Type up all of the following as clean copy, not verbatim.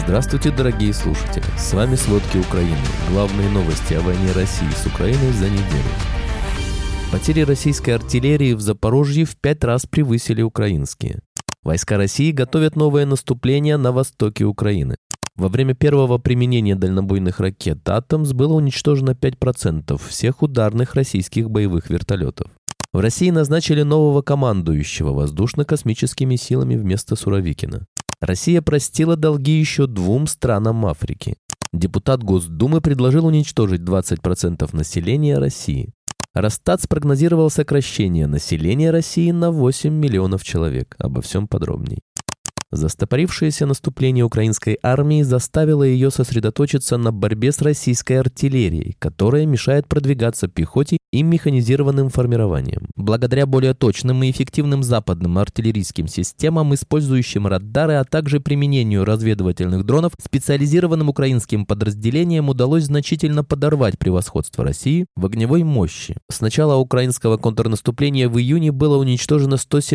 Здравствуйте, дорогие слушатели! С вами «Сводки Украины». Главные новости о войне России с Украиной за неделю. Потери российской артиллерии в Запорожье в 5 раз превысили украинские. Войска России готовят новое наступление на востоке Украины. Во время первого применения дальнобойных ракет «Атомс» было уничтожено 5% всех ударных российских боевых вертолетов. В России назначили нового командующего воздушно-космическими силами вместо Суровикина. Россия простила долги еще 2 странам Африки. Депутат Госдумы предложил уничтожить 20% населения России. Росстат спрогнозировал сокращение населения России на 8 миллионов человек. Обо всем подробней. Застопорившееся наступление украинской армии заставило ее сосредоточиться на борьбе с российской артиллерией, которая мешает продвигаться пехоте и механизированным формированиям. Благодаря более точным и эффективным западным артиллерийским системам, использующим радары, а также применению разведывательных дронов, специализированным украинским подразделениям удалось значительно подорвать превосходство России в огневой мощи. С начала украинского контрнаступления в июне было уничтожено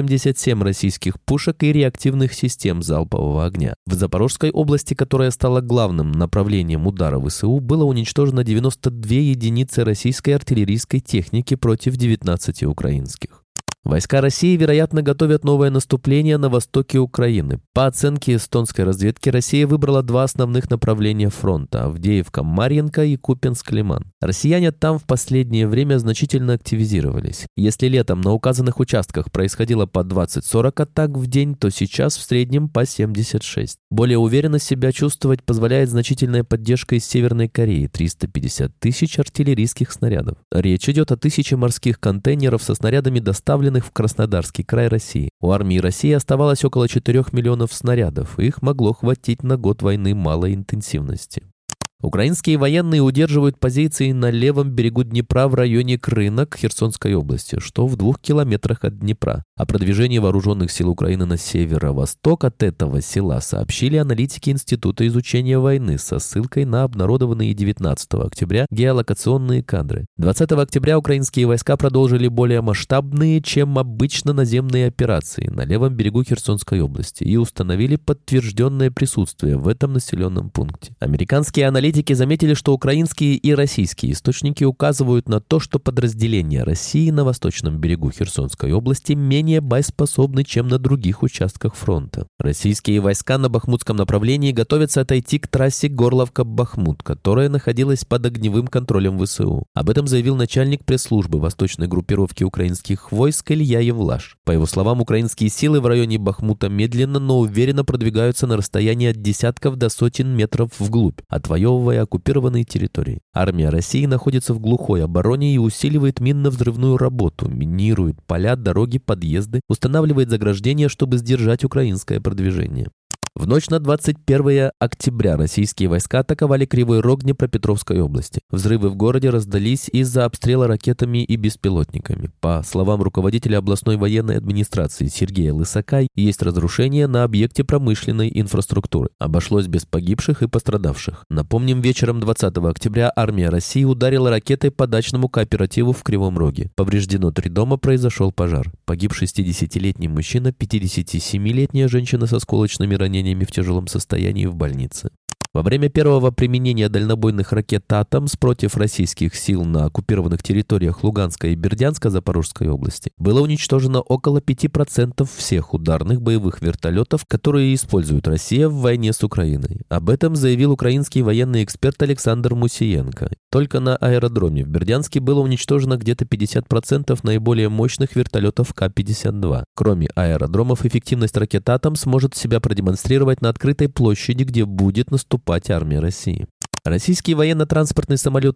177 российских пушек и реактивных систем залпового огня. В Запорожской области, которая стала главным направлением удара ВСУ, было уничтожено 92 единицы российской артиллерийской техники против 19 украинских. Войска России, вероятно, готовят новое наступление на востоке Украины. По оценке эстонской разведки, Россия выбрала 2 основных направления фронта – Авдеевка-Марьинка и Купянск-Лиман. Россияне там в последнее время значительно активизировались. Если летом на указанных участках происходило по 20-40 атак в день, то сейчас в среднем по 76. Более уверенно себя чувствовать позволяет значительная поддержка из Северной Кореи – 350 тысяч артиллерийских снарядов. Речь идет о 1000 морских контейнеров со снарядами, доставленных в Краснодарский край России. У армии России оставалось около 4 миллионов снарядов, их могло хватить на год войны малой интенсивности. Украинские военные удерживают позиции на левом берегу Днепра в районе Крынок Херсонской области, что в 2 километрах от Днепра. О продвижении вооруженных сил Украины на северо-восток от этого села сообщили аналитики Института изучения войны со ссылкой на обнародованные 19 октября геолокационные кадры. 20 октября украинские войска продолжили более масштабные, чем обычно, наземные операции на левом берегу Херсонской области и установили подтвержденное присутствие в этом населенном пункте. Американские аналитики заметили, что украинские и российские источники указывают на то, что подразделения России на восточном берегу Херсонской области менее боеспособны, чем на других участках фронта. Российские войска на бахмутском направлении готовятся отойти к трассе Горловка-Бахмут, которая находилась под огневым контролем ВСУ. Об этом заявил начальник пресс-службы восточной группировки украинских войск Илья Евлаш. По его словам, украинские силы в районе Бахмута медленно, но уверенно продвигаются на расстоянии от десятков до сотен метров вглубь, отвоевывая оккупированные территории. Армия России находится в глухой обороне и усиливает минно-взрывную работу, минирует поля, дороги, подъезды, устанавливает заграждения, чтобы сдержать украинское продвижение. В ночь на 21 октября российские войска атаковали Кривой Рог Днепропетровской области. Взрывы в городе раздались из-за обстрела ракетами и беспилотниками. По словам руководителя областной военной администрации Сергея Лысака, есть разрушения на объекте промышленной инфраструктуры. Обошлось без погибших и пострадавших. Напомним, вечером 20 октября армия России ударила ракетой по дачному кооперативу в Кривом Роге. Повреждено 3 дома, произошел пожар. Погиб 60-летний мужчина, 57-летняя женщина со осколочными ранениями в тяжелом состоянии в больнице. Во время первого применения дальнобойных ракет «Атомс» против российских сил на оккупированных территориях Луганской и Бердянска Запорожской области было уничтожено около 5% всех ударных боевых вертолетов, которые использует Россия в войне с Украиной. Об этом заявил украинский военный эксперт Александр Мусиенко. Только на аэродроме в Бердянске было уничтожено где-то 50% наиболее мощных вертолетов К-52. Кроме аэродромов, эффективность ракет «Атомс» может себя продемонстрировать на открытой площади, где будет наступать армия России. Российский военно-транспортный самолет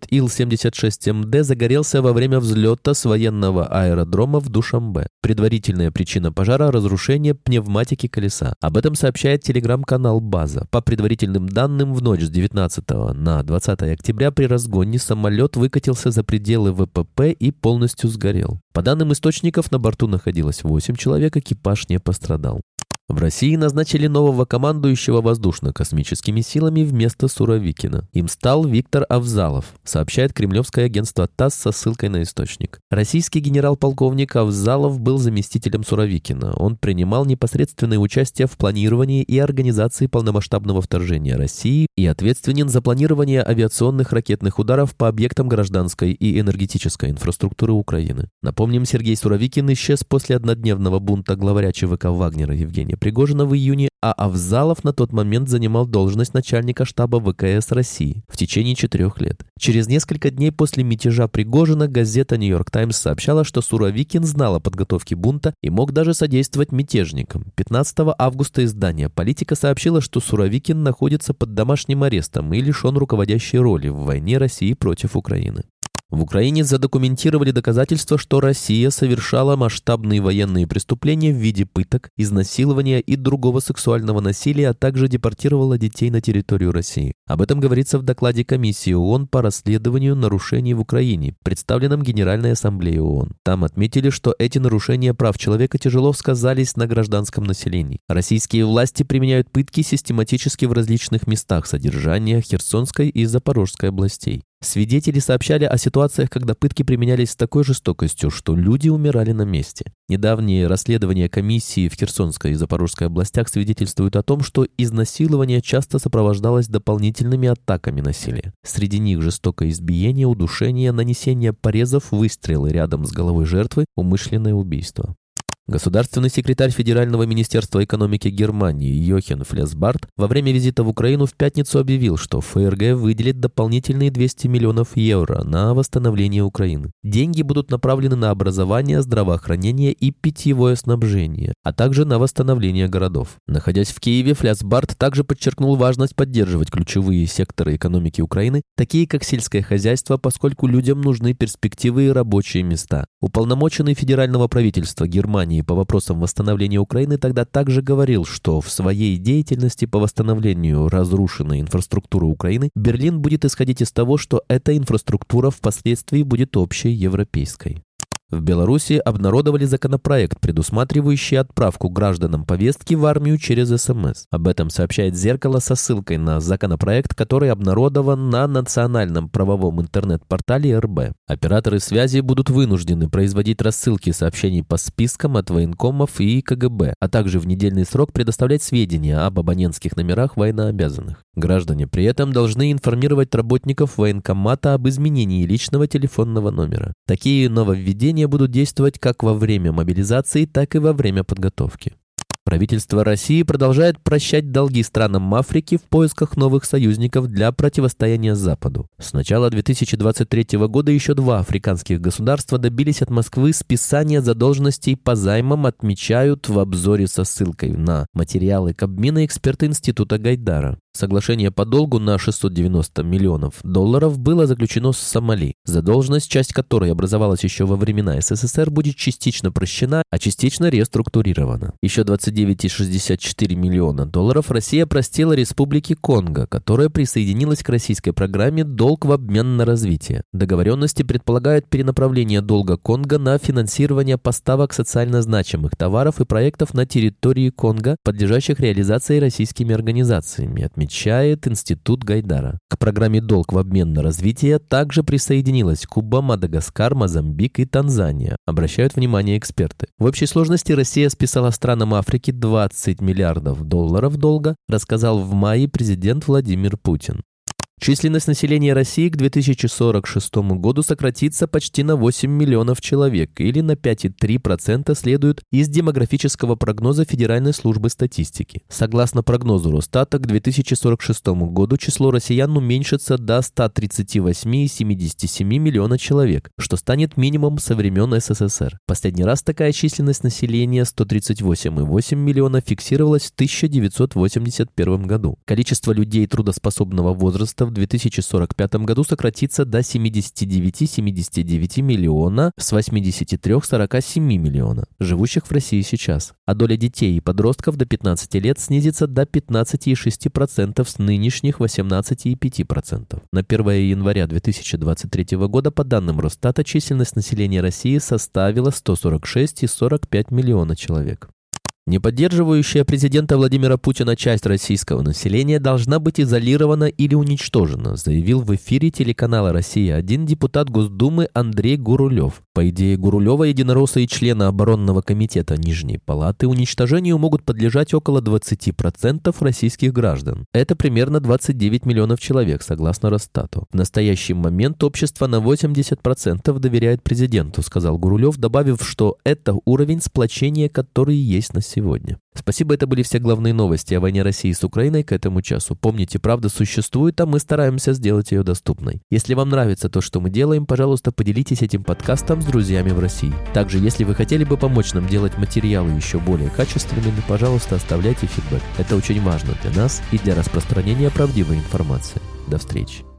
Ил-76МД загорелся во время взлета с военного аэродрома в Душанбе. Предварительная причина пожара – разрушение пневматики колеса. Об этом сообщает телеграм-канал «База». По предварительным данным, в ночь с 19 на 20 октября при разгоне самолет выкатился за пределы ВПП и полностью сгорел. По данным источников, на борту находилось 8 человек, экипаж не пострадал. В России назначили нового командующего воздушно-космическими силами вместо Суровикина. Им стал Виктор Авзалов, сообщает кремлевское агентство ТАСС со ссылкой на источник. Российский генерал-полковник Авзалов был заместителем Суровикина. Он принимал непосредственное участие в планировании и организации полномасштабного вторжения России и ответственен за планирование авиационных ракетных ударов по объектам гражданской и энергетической инфраструктуры Украины. Напомним, Сергей Суровикин исчез после однодневного бунта главаря ЧВК Вагнера Евгения Пригожина в июне, а Авзалов на тот момент занимал должность начальника штаба ВКС России в течение 4 лет. Через несколько дней после мятежа Пригожина газета «Нью-Йорк Таймс» сообщала, что Суровикин знал о подготовке бунта и мог даже содействовать мятежникам. 15 августа издание «Политика» сообщило, что Суровикин находится под домашним арестом и лишен руководящей роли в войне России против Украины. В Украине задокументировали доказательства, что Россия совершала масштабные военные преступления в виде пыток, изнасилования и другого сексуального насилия, а также депортировала детей на территорию России. Об этом говорится в докладе Комиссии ООН по расследованию нарушений в Украине, представленном Генеральной Ассамблеей ООН. Там отметили, что эти нарушения прав человека тяжело сказались на гражданском населении. Российские власти применяют пытки систематически в различных местах содержания Херсонской и Запорожской областей. Свидетели сообщали о ситуациях, когда пытки применялись с такой жестокостью, что люди умирали на месте. Недавние расследования комиссии в Херсонской и Запорожской областях свидетельствуют о том, что изнасилование часто сопровождалось дополнительными атаками насилия. Среди них жестокое избиение, удушение, нанесение порезов, выстрелы рядом с головой жертвы, умышленное убийство. Государственный секретарь Федерального министерства экономики Германии Йохен Флесбарт во время визита в Украину в пятницу объявил, что ФРГ выделит дополнительные 200 миллионов евро на восстановление Украины. Деньги будут направлены на образование, здравоохранение и питьевое снабжение, а также на восстановление городов. Находясь в Киеве, Флесбарт также подчеркнул важность поддерживать ключевые секторы экономики Украины, такие как сельское хозяйство, поскольку людям нужны перспективы и рабочие места. Уполномоченный федерального правительства Германии по вопросам восстановления Украины тогда также говорил, что в своей деятельности по восстановлению разрушенной инфраструктуры Украины Берлин будет исходить из того, что эта инфраструктура впоследствии будет общей европейской. В Беларуси обнародовали законопроект, предусматривающий отправку гражданам повестки в армию через СМС. Об этом сообщает «Зеркало» со ссылкой на законопроект, который обнародован на национальном правовом интернет-портале РБ. Операторы связи будут вынуждены производить рассылки сообщений по спискам от военкомов и КГБ, а также в недельный срок предоставлять сведения об абонентских номерах военнообязанных. Граждане при этом должны информировать работников военкомата об изменении личного телефонного номера. Такие нововведения будут действовать как во время мобилизации, так и во время подготовки. Правительство России продолжает прощать долги странам Африки в поисках новых союзников для противостояния Западу. С начала 2023 года еще 2 африканских государства добились от Москвы списания задолженностей по займам, отмечают в обзоре со ссылкой на материалы Кабмина эксперты Института Гайдара. Соглашение по долгу на $690 миллионов было заключено с Сомали. Задолженность, часть которой образовалась еще во времена СССР, будет частично прощена, а частично реструктурирована. Еще $29,64 миллиона Россия простила Республике Конго, которая присоединилась к российской программе «Долг в обмен на развитие». Договоренности предполагают перенаправление долга Конго на финансирование поставок социально значимых товаров и проектов на территории Конго, подлежащих реализации российскими организациями, отмечает Институт Гайдара. К программе «Долг в обмен на развитие» также присоединилась Куба, Мадагаскар, Мозамбик и Танзания, обращают внимание эксперты. В общей сложности Россия списала странам Африки $20 миллиардов долга, рассказал в мае президент Владимир Путин. Численность населения России к 2046 году сократится почти на 8 миллионов человек, или на 5,3% следует из демографического прогноза Федеральной службы статистики. Согласно прогнозу Росстата, к 2046 году число россиян уменьшится до 138,77 миллиона человек, что станет минимумом со времен СССР. Последний раз такая численность населения 138,8 миллиона фиксировалась в 1981 году. Количество людей трудоспособного возраста в 2045 году сократится до 79,79 миллиона с 83,47 миллиона, живущих в России сейчас. А доля детей и подростков до 15 лет снизится до 15,6% с нынешних 18,5%. На 1 января 2023 года, по данным Росстата, численность населения России составила 146,45 миллиона человек. Не поддерживающая президента Владимира Путина часть российского населения должна быть изолирована или уничтожена, заявил в эфире телеканала «Россия-1» депутат Госдумы Андрей Гурулев. По идее Гурулева, единороссы и члены оборонного комитета Нижней Палаты уничтожению могут подлежать около 20% российских граждан. Это примерно 29 миллионов человек, согласно Росстату. В настоящий момент общество на 80% доверяет президенту, сказал Гурулев, добавив, что это уровень сплочения, который есть на сегодня. Спасибо, это были все главные новости о войне России с Украиной к этому часу. Помните, правда существует, а мы стараемся сделать ее доступной. Если вам нравится то, что мы делаем, пожалуйста, поделитесь этим подкастом с друзьями в России. Также, если вы хотели бы помочь нам делать материалы еще более качественными, пожалуйста, оставляйте фидбэк. Это очень важно для нас и для распространения правдивой информации. До встречи.